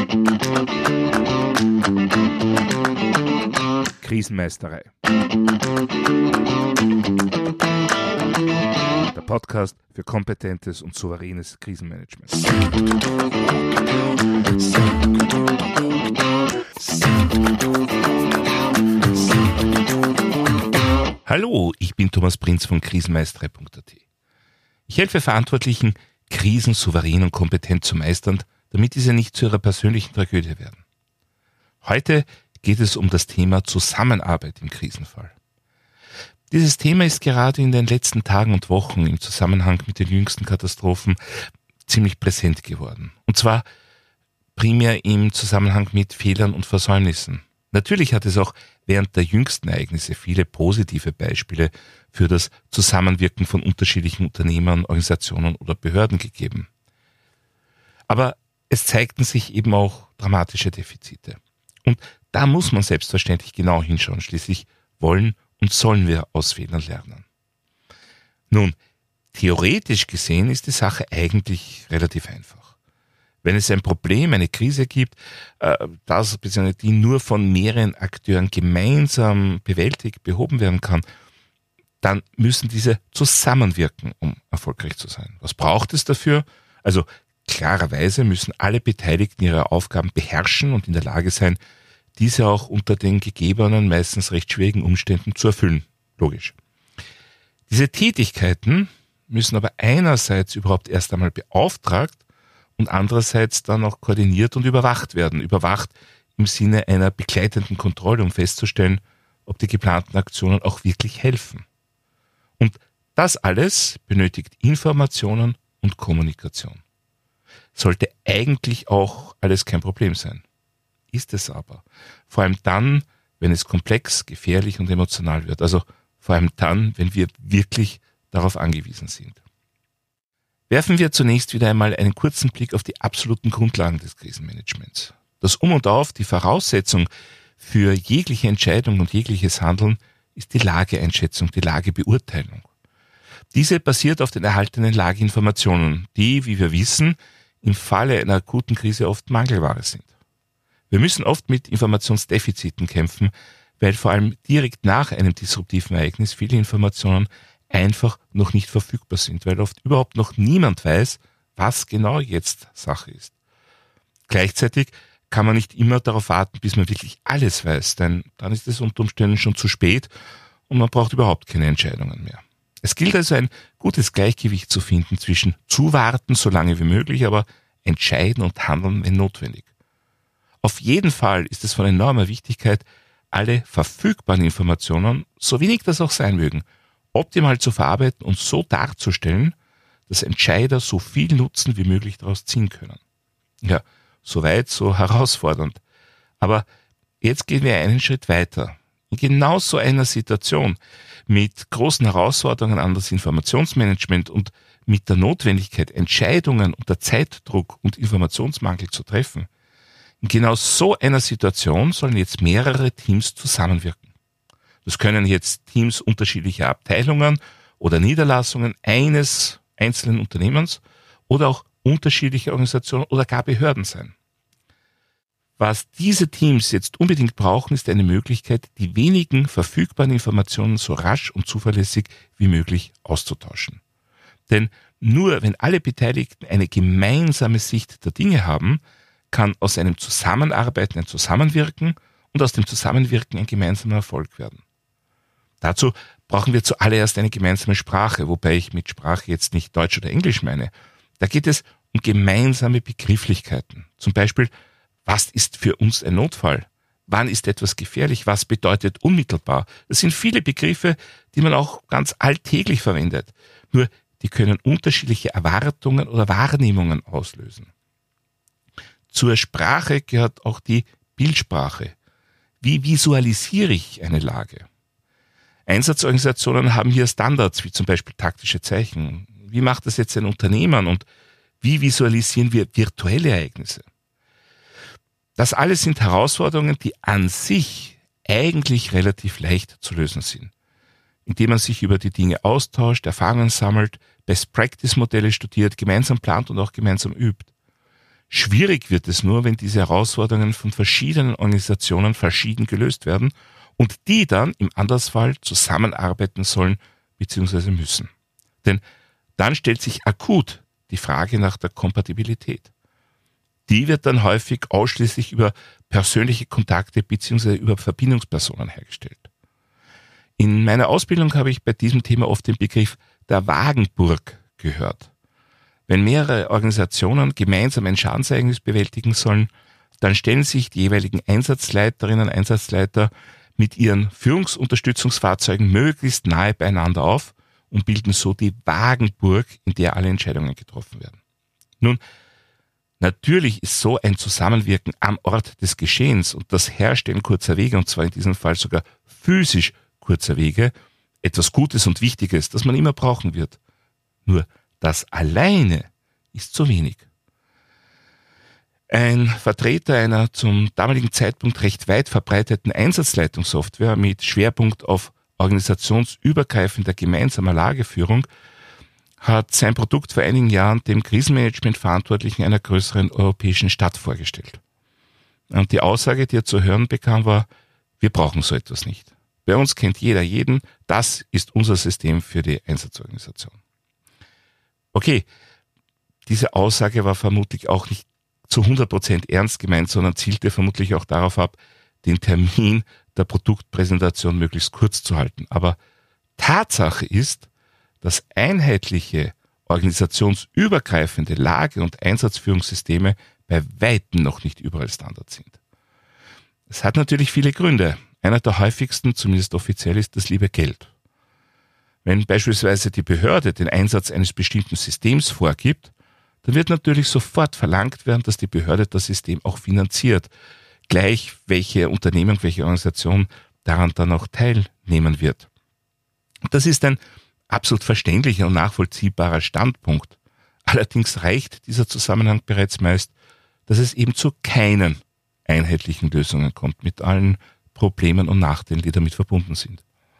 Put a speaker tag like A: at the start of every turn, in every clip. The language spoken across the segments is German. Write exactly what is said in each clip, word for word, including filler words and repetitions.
A: Krisenmeisterei. Der Podcast für kompetentes und souveränes Krisenmanagement. Hallo, ich bin Thomas Prinz von krisenmeisterei punkt a t. Ich helfe Verantwortlichen, Krisen souverän und kompetent zu meistern, damit diese nicht zu ihrer persönlichen Tragödie werden. Heute geht es um das Thema Zusammenarbeit im Krisenfall. Dieses Thema ist gerade in den letzten Tagen und Wochen im Zusammenhang mit den jüngsten Katastrophen ziemlich präsent geworden. Und zwar primär im Zusammenhang mit Fehlern und Versäumnissen. Natürlich hat es auch während der jüngsten Ereignisse viele positive Beispiele für das Zusammenwirken von unterschiedlichen Unternehmern, Organisationen oder Behörden gegeben. Aber es zeigten sich eben auch dramatische Defizite. Und da muss man selbstverständlich genau hinschauen. Schließlich wollen und sollen wir aus Fehlern lernen. Nun, theoretisch gesehen ist die Sache eigentlich relativ einfach. Wenn es ein Problem, eine Krise gibt, das bzw. die nur von mehreren Akteuren gemeinsam bewältigt, behoben werden kann, dann müssen diese zusammenwirken, um erfolgreich zu sein. Was braucht es dafür? Also klarerweise müssen alle Beteiligten ihre Aufgaben beherrschen und in der Lage sein, diese auch unter den gegebenen, meistens recht schwierigen Umständen zu erfüllen. Logisch. Diese Tätigkeiten müssen aber einerseits überhaupt erst einmal beauftragt und andererseits dann auch koordiniert und überwacht werden. Überwacht im Sinne einer begleitenden Kontrolle, um festzustellen, ob die geplanten Aktionen auch wirklich helfen. Und das alles benötigt Informationen und Kommunikation. Sollte eigentlich auch alles kein Problem sein. Ist es aber. Vor allem dann, wenn es komplex, gefährlich und emotional wird. Also vor allem dann, wenn wir wirklich darauf angewiesen sind. Werfen wir zunächst wieder einmal einen kurzen Blick auf die absoluten Grundlagen des Krisenmanagements. Das Um und Auf, die Voraussetzung für jegliche Entscheidung und jegliches Handeln ist die Lageeinschätzung, die Lagebeurteilung. Diese basiert auf den erhaltenen Lageinformationen, die, wie wir wissen, im Falle einer akuten Krise oft Mangelware sind. Wir müssen oft mit Informationsdefiziten kämpfen, weil vor allem direkt nach einem disruptiven Ereignis viele Informationen einfach noch nicht verfügbar sind, weil oft überhaupt noch niemand weiß, was genau jetzt Sache ist. Gleichzeitig kann man nicht immer darauf warten, bis man wirklich alles weiß, denn dann ist es unter Umständen schon zu spät und man braucht überhaupt keine Entscheidungen mehr. Es gilt also ein gutes Gleichgewicht zu finden zwischen zuwarten, so lange wie möglich, aber entscheiden und handeln, wenn notwendig. Auf jeden Fall ist es von enormer Wichtigkeit, alle verfügbaren Informationen, so wenig das auch sein mögen, optimal zu verarbeiten und so darzustellen, dass Entscheider so viel Nutzen wie möglich daraus ziehen können. Ja, soweit, so herausfordernd. Aber jetzt gehen wir einen Schritt weiter. In genau so einer Situation mit großen Herausforderungen an das Informationsmanagement und mit der Notwendigkeit, Entscheidungen unter Zeitdruck und Informationsmangel zu treffen, in genau so einer Situation sollen jetzt mehrere Teams zusammenwirken. Das können jetzt Teams unterschiedlicher Abteilungen oder Niederlassungen eines einzelnen Unternehmens oder auch unterschiedliche Organisationen oder gar Behörden sein. Was diese Teams jetzt unbedingt brauchen, ist eine Möglichkeit, die wenigen verfügbaren Informationen so rasch und zuverlässig wie möglich auszutauschen. Denn nur wenn alle Beteiligten eine gemeinsame Sicht der Dinge haben, kann aus einem Zusammenarbeiten ein Zusammenwirken und aus dem Zusammenwirken ein gemeinsamer Erfolg werden. Dazu brauchen wir zuallererst eine gemeinsame Sprache, wobei ich mit Sprache jetzt nicht Deutsch oder Englisch meine. Da geht es um gemeinsame Begrifflichkeiten. Zum Beispiel, was ist für uns ein Notfall? Wann ist etwas gefährlich? Was bedeutet unmittelbar? Das sind viele Begriffe, die man auch ganz alltäglich verwendet. Nur, die können unterschiedliche Erwartungen oder Wahrnehmungen auslösen. Zur Sprache gehört auch die Bildsprache. Wie visualisiere ich eine Lage? Einsatzorganisationen haben hier Standards, wie zum Beispiel taktische Zeichen. Wie macht das jetzt ein Unternehmen und wie visualisieren wir virtuelle Ereignisse? Das alles sind Herausforderungen, die an sich eigentlich relativ leicht zu lösen sind, indem man sich über die Dinge austauscht, Erfahrungen sammelt, Best-Practice-Modelle studiert, gemeinsam plant und auch gemeinsam übt. Schwierig wird es nur, wenn diese Herausforderungen von verschiedenen Organisationen verschieden gelöst werden und die dann im Andersfall zusammenarbeiten sollen bzw. müssen. Denn dann stellt sich akut die Frage nach der Kompatibilität. Die wird dann häufig ausschließlich über persönliche Kontakte bzw. über Verbindungspersonen hergestellt. In meiner Ausbildung habe ich bei diesem Thema oft den Begriff der Wagenburg gehört. Wenn mehrere Organisationen gemeinsam ein Schadensereignis bewältigen sollen, dann stellen sich die jeweiligen Einsatzleiterinnen und Einsatzleiter mit ihren Führungsunterstützungsfahrzeugen möglichst nahe beieinander auf und bilden so die Wagenburg, in der alle Entscheidungen getroffen werden. Nun, natürlich ist so ein Zusammenwirken am Ort des Geschehens und das Herstellen kurzer Wege, und zwar in diesem Fall sogar physisch kurzer Wege, etwas Gutes und Wichtiges, das man immer brauchen wird. Nur das alleine ist zu wenig. Ein Vertreter einer zum damaligen Zeitpunkt recht weit verbreiteten Einsatzleitungssoftware mit Schwerpunkt auf organisationsübergreifender gemeinsamer Lageführung hat sein Produkt vor einigen Jahren dem Krisenmanagement-Verantwortlichen einer größeren europäischen Stadt vorgestellt. Und die Aussage, die er zu hören bekam, war: Wir brauchen so etwas nicht. Bei uns kennt jeder jeden, das ist unser System für die Einsatzorganisation. Okay, diese Aussage war vermutlich auch nicht zu hundert Prozent ernst gemeint, sondern zielte vermutlich auch darauf ab, den Termin der Produktpräsentation möglichst kurz zu halten. Aber Tatsache ist, dass einheitliche, organisationsübergreifende Lage- und Einsatzführungssysteme bei Weitem noch nicht überall Standard sind. Es hat natürlich viele Gründe. Einer der häufigsten, zumindest offiziell, ist das liebe Geld. Wenn beispielsweise die Behörde den Einsatz eines bestimmten Systems vorgibt, dann wird natürlich sofort verlangt werden, dass die Behörde das System auch finanziert. Gleich welche Unternehmung, welche Organisation daran dann auch teilnehmen wird. Das ist ein absolut verständlicher und nachvollziehbarer Standpunkt. Allerdings reicht dieser Zusammenhang bereits meist, dass es eben zu keinen einheitlichen Lösungen kommt, mit allen Problemen und Nachteilen, die damit verbunden sind.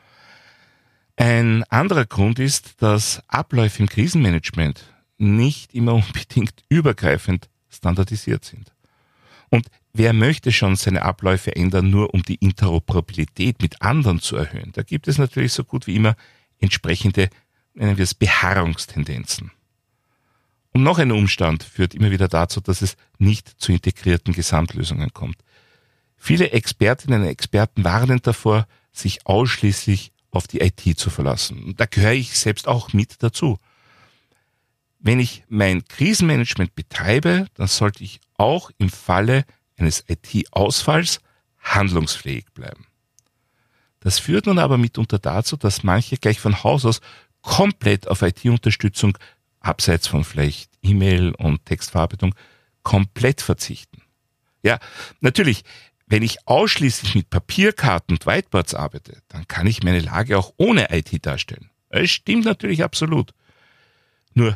A: Ein anderer Grund ist, dass Abläufe im Krisenmanagement nicht immer unbedingt übergreifend standardisiert sind. Und wer möchte schon seine Abläufe ändern, nur um die Interoperabilität mit anderen zu erhöhen? Da gibt es natürlich so gut wie immer entsprechende, nennen wir es, Beharrungstendenzen. Und noch ein Umstand führt immer wieder dazu, dass es nicht zu integrierten Gesamtlösungen kommt. Viele Expertinnen und Experten warnen davor, sich ausschließlich auf die I T zu verlassen. Und da gehöre ich selbst auch mit dazu. Wenn ich mein Krisenmanagement betreibe, dann sollte ich auch im Falle eines I T-Ausfalls handlungsfähig bleiben. Das führt nun aber mitunter dazu, dass manche gleich von Haus aus komplett auf I T-Unterstützung, abseits von vielleicht E-Mail und Textverarbeitung, komplett verzichten. Ja, natürlich, wenn ich ausschließlich mit Papierkarten und Whiteboards arbeite, dann kann ich meine Lage auch ohne I T darstellen. Es stimmt natürlich absolut. Nur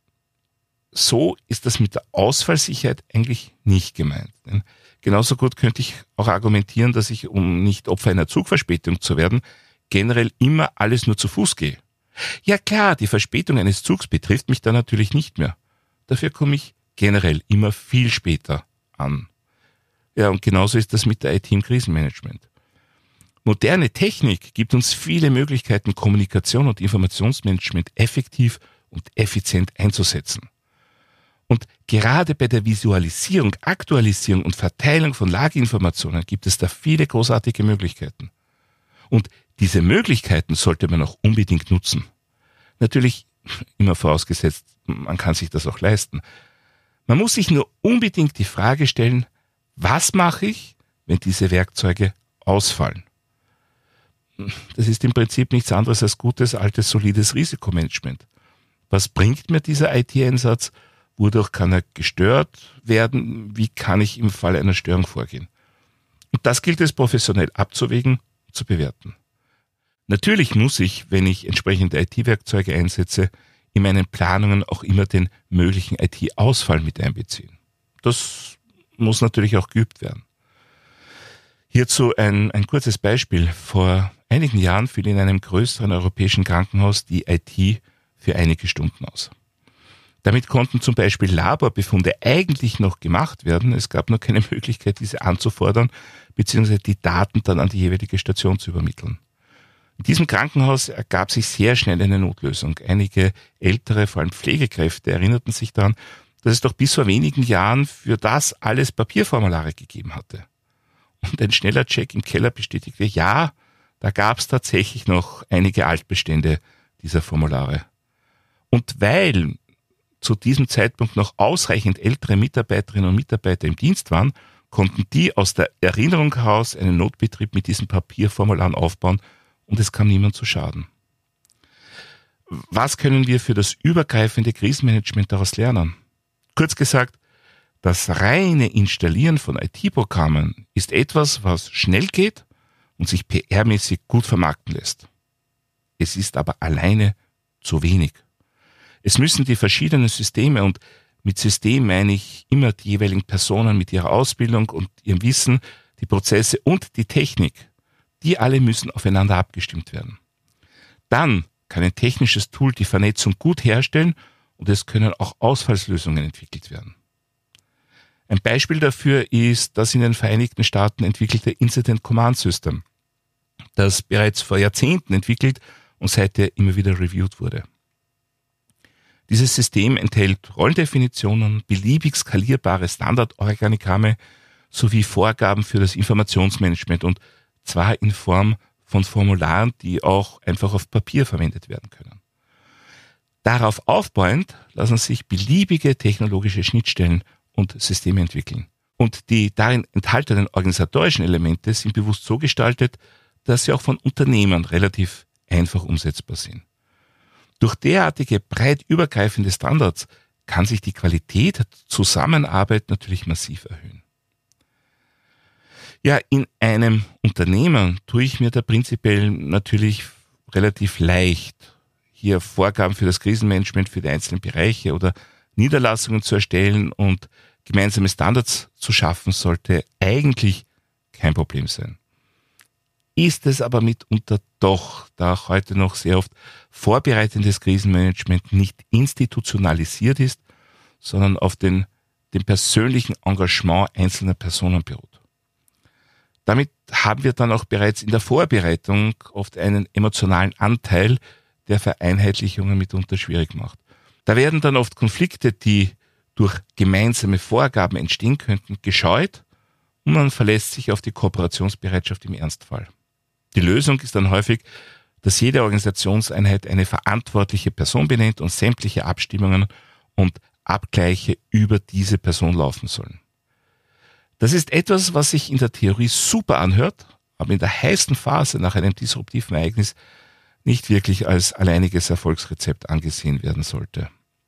A: so ist das mit der Ausfallsicherheit eigentlich nicht gemeint. Denn genauso gut könnte ich auch argumentieren, dass ich, um nicht Opfer einer Zugverspätung zu werden, generell immer alles nur zu Fuß gehe. Ja klar, die Verspätung eines Zugs betrifft mich dann natürlich nicht mehr. Dafür komme ich generell immer viel später an. Ja, und genauso ist das mit der I T im Krisenmanagement. Moderne Technik gibt uns viele Möglichkeiten, Kommunikation und Informationsmanagement effektiv und effizient einzusetzen. Und gerade bei der Visualisierung, Aktualisierung und Verteilung von Lageinformationen gibt es da viele großartige Möglichkeiten. Und diese Möglichkeiten sollte man auch unbedingt nutzen. Natürlich immer vorausgesetzt, man kann sich das auch leisten. Man muss sich nur unbedingt die Frage stellen, was mache ich, wenn diese Werkzeuge ausfallen? Das ist im Prinzip nichts anderes als gutes, altes, solides Risikomanagement. Was bringt mir dieser I T-Einsatz? Wodurch kann er gestört werden? Wie kann ich im Fall einer Störung vorgehen? Und das gilt es professionell abzuwägen und zu bewerten. Natürlich muss ich, wenn ich entsprechende I T-Werkzeuge einsetze, in meinen Planungen auch immer den möglichen I T-Ausfall mit einbeziehen. Das muss natürlich auch geübt werden. Hierzu ein, ein kurzes Beispiel. Vor einigen Jahren fiel in einem größeren europäischen Krankenhaus die I T für einige Stunden aus. Damit konnten zum Beispiel Laborbefunde eigentlich noch gemacht werden. Es gab nur keine Möglichkeit, diese anzufordern, beziehungsweise die Daten dann an die jeweilige Station zu übermitteln. In diesem Krankenhaus ergab sich sehr schnell eine Notlösung. Einige ältere, vor allem Pflegekräfte, erinnerten sich daran, dass es doch bis vor wenigen Jahren für das alles Papierformulare gegeben hatte. Und ein schneller Check im Keller bestätigte, ja, da gab es tatsächlich noch einige Altbestände dieser Formulare. Und weil zu diesem Zeitpunkt noch ausreichend ältere Mitarbeiterinnen und Mitarbeiter im Dienst waren, konnten die aus der Erinnerung heraus einen Notbetrieb mit diesen Papierformularen aufbauen und es kam niemand zu Schaden. Was können wir für das übergreifende Krisenmanagement daraus lernen? Kurz gesagt, das reine Installieren von I T-Programmen ist etwas, was schnell geht und sich P R-mäßig gut vermarkten lässt. Es ist aber alleine zu wenig. Es müssen die verschiedenen Systeme, und mit System meine ich immer die jeweiligen Personen mit ihrer Ausbildung und ihrem Wissen, die Prozesse und die Technik, die alle müssen aufeinander abgestimmt werden. Dann kann ein technisches Tool die Vernetzung gut herstellen und es können auch Ausfallslösungen entwickelt werden. Ein Beispiel dafür ist das in den Vereinigten Staaten entwickelte Incident Command System, das bereits vor Jahrzehnten entwickelt und seither immer wieder reviewed wurde. Dieses System enthält Rollendefinitionen, beliebig skalierbare Standardorganigramme sowie Vorgaben für das Informationsmanagement, und zwar in Form von Formularen, die auch einfach auf Papier verwendet werden können. Darauf aufbauend lassen sich beliebige technologische Schnittstellen und Systeme entwickeln. Und die darin enthaltenen organisatorischen Elemente sind bewusst so gestaltet, dass sie auch von Unternehmern relativ einfach umsetzbar sind. Durch derartige breit übergreifende Standards kann sich die Qualität der Zusammenarbeit natürlich massiv erhöhen. Ja, in einem Unternehmen tue ich mir da prinzipiell natürlich relativ leicht, hier Vorgaben für das Krisenmanagement für die einzelnen Bereiche oder Niederlassungen zu erstellen, und gemeinsame Standards zu schaffen, sollte eigentlich kein Problem sein. Ist es aber mitunter doch, da auch heute noch sehr oft vorbereitendes Krisenmanagement nicht institutionalisiert ist, sondern auf den, dem persönlichen Engagement einzelner Personen beruht. Damit haben wir dann auch bereits in der Vorbereitung oft einen emotionalen Anteil, der Vereinheitlichungen mitunter schwierig macht. Da werden dann oft Konflikte, die durch gemeinsame Vorgaben entstehen könnten, gescheut, und man verlässt sich auf die Kooperationsbereitschaft im Ernstfall. Die Lösung ist dann häufig, dass jede Organisationseinheit eine verantwortliche Person benennt und sämtliche Abstimmungen und Abgleiche über diese Person laufen sollen. Das ist etwas, was sich in der Theorie super anhört, aber in der heißen Phase nach einem disruptiven Ereignis nicht wirklich als alleiniges Erfolgsrezept angesehen werden sollte.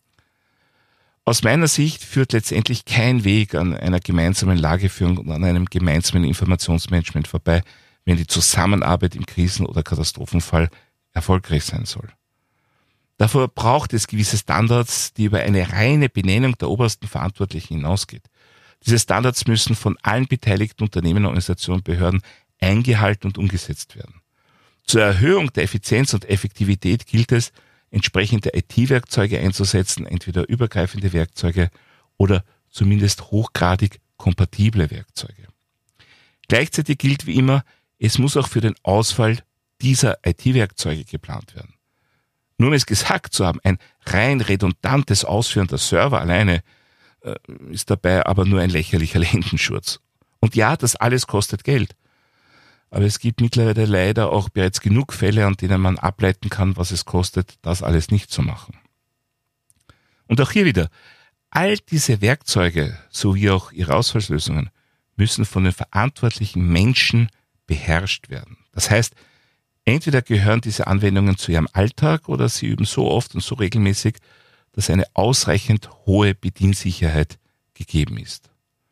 A: Aus meiner Sicht führt letztendlich kein Weg an einer gemeinsamen Lageführung und an einem gemeinsamen Informationsmanagement vorbei, wenn die Zusammenarbeit im Krisen- oder Katastrophenfall erfolgreich sein soll. Davor braucht es gewisse Standards, die über eine reine Benennung der obersten Verantwortlichen hinausgeht. Diese Standards müssen von allen beteiligten Unternehmen, Organisationen, Behörden eingehalten und umgesetzt werden. Zur Erhöhung der Effizienz und Effektivität gilt es, entsprechende I T-Werkzeuge einzusetzen, entweder übergreifende Werkzeuge oder zumindest hochgradig kompatible Werkzeuge. Gleichzeitig gilt wie immer, es muss auch für den Ausfall dieser I T-Werkzeuge geplant werden. Nur um es gesagt zu haben, ein rein redundantes Ausführen der Server alleine äh, ist dabei aber nur ein lächerlicher Lendenschurz. Und ja, das alles kostet Geld. Aber es gibt mittlerweile leider auch bereits genug Fälle, an denen man ableiten kann, was es kostet, das alles nicht zu machen. Und auch hier wieder, all diese Werkzeuge sowie auch ihre Ausfallslösungen müssen von den verantwortlichen Menschen beherrscht werden. Das heißt, entweder gehören diese Anwendungen zu ihrem Alltag oder sie üben so oft und so regelmäßig, dass eine ausreichend hohe Bediensicherheit gegeben ist.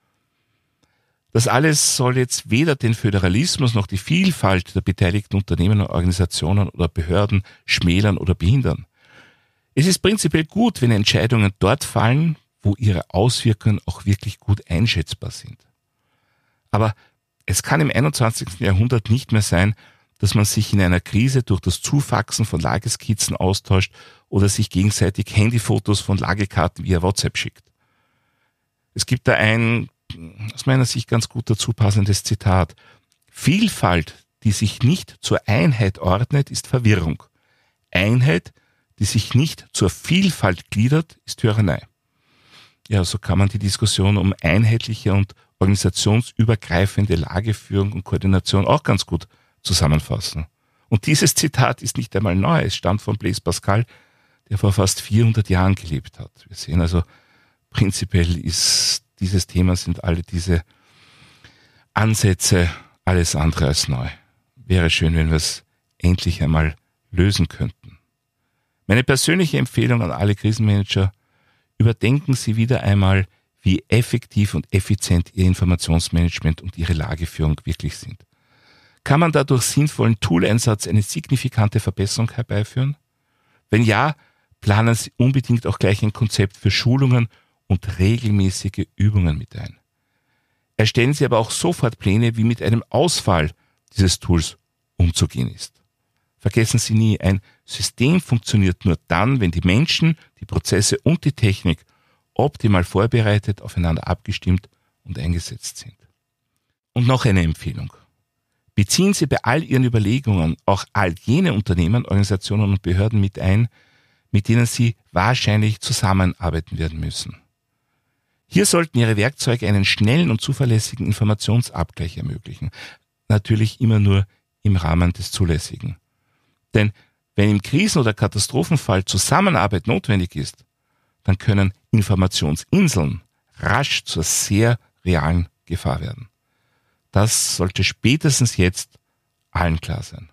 A: Das alles soll jetzt weder den Föderalismus noch die Vielfalt der beteiligten Unternehmen, Organisationen oder Behörden schmälern oder behindern. Es ist prinzipiell gut, wenn Entscheidungen dort fallen, wo ihre Auswirkungen auch wirklich gut einschätzbar sind. Aber es kann im einundzwanzigsten Jahrhundert nicht mehr sein, dass man sich in einer Krise durch das Zufaxen von Lageskizzen austauscht oder sich gegenseitig Handyfotos von Lagekarten via WhatsApp schickt. Es gibt da ein, aus meiner Sicht ganz gut dazu passendes Zitat. Vielfalt, die sich nicht zur Einheit ordnet, ist Verwirrung. Einheit, die sich nicht zur Vielfalt gliedert, ist Tyrannei. Ja, so kann man die Diskussion um einheitliche und organisationsübergreifende Lageführung und Koordination auch ganz gut zusammenfassen. Und dieses Zitat ist nicht einmal neu, es stammt von Blaise Pascal, der vor fast vierhundert Jahren gelebt hat. Wir sehen also, prinzipiell ist dieses Thema, sind alle diese Ansätze alles andere als neu. Wäre schön, wenn wir es endlich einmal lösen könnten. Meine persönliche Empfehlung an alle Krisenmanager: Überdenken Sie wieder einmal, wie effektiv und effizient Ihr Informationsmanagement und Ihre Lageführung wirklich sind. Kann man da durch sinnvollen Tooleinsatz eine signifikante Verbesserung herbeiführen? Wenn ja, planen Sie unbedingt auch gleich ein Konzept für Schulungen und regelmäßige Übungen mit ein. Erstellen Sie aber auch sofort Pläne, wie mit einem Ausfall dieses Tools umzugehen ist. Vergessen Sie nie, ein System funktioniert nur dann, wenn die Menschen, die Prozesse und die Technik optimal vorbereitet, aufeinander abgestimmt und eingesetzt sind. Und noch eine Empfehlung. Beziehen Sie bei all Ihren Überlegungen auch all jene Unternehmen, Organisationen und Behörden mit ein, mit denen Sie wahrscheinlich zusammenarbeiten werden müssen. Hier sollten Ihre Werkzeuge einen schnellen und zuverlässigen Informationsabgleich ermöglichen. Natürlich immer nur im Rahmen des Zulässigen. Denn wenn im Krisen- oder Katastrophenfall Zusammenarbeit notwendig ist, dann können Informationsinseln rasch zur sehr realen Gefahr werden. Das sollte spätestens jetzt allen klar sein.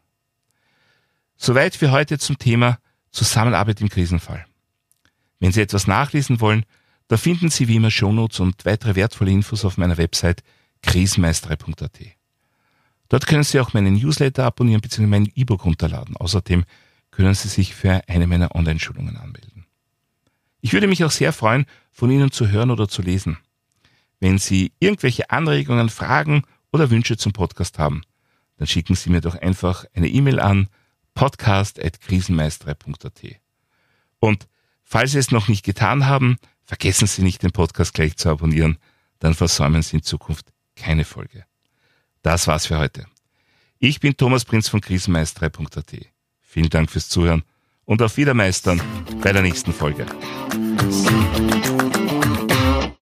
A: Soweit für heute zum Thema Zusammenarbeit im Krisenfall. Wenn Sie etwas nachlesen wollen, da finden Sie wie immer Shownotes und weitere wertvolle Infos auf meiner Website krisenmeisterei punkt a t. Dort können Sie auch meinen Newsletter abonnieren bzw. mein E-Book runterladen. Außerdem können Sie sich für eine meiner Online-Schulungen anmelden. Ich würde mich auch sehr freuen, von Ihnen zu hören oder zu lesen. Wenn Sie irgendwelche Anregungen, Fragen oder Wünsche zum Podcast haben, dann schicken Sie mir doch einfach eine E-Mail an podcast at krisenmeisterei punkt a t. Und falls Sie es noch nicht getan haben, vergessen Sie nicht, den Podcast gleich zu abonnieren, dann versäumen Sie in Zukunft keine Folge. Das war's für heute. Ich bin Thomas Prinz von krisenmeisterei punkt a t. Vielen Dank fürs Zuhören und auf Wiedermeistern bei der nächsten Folge.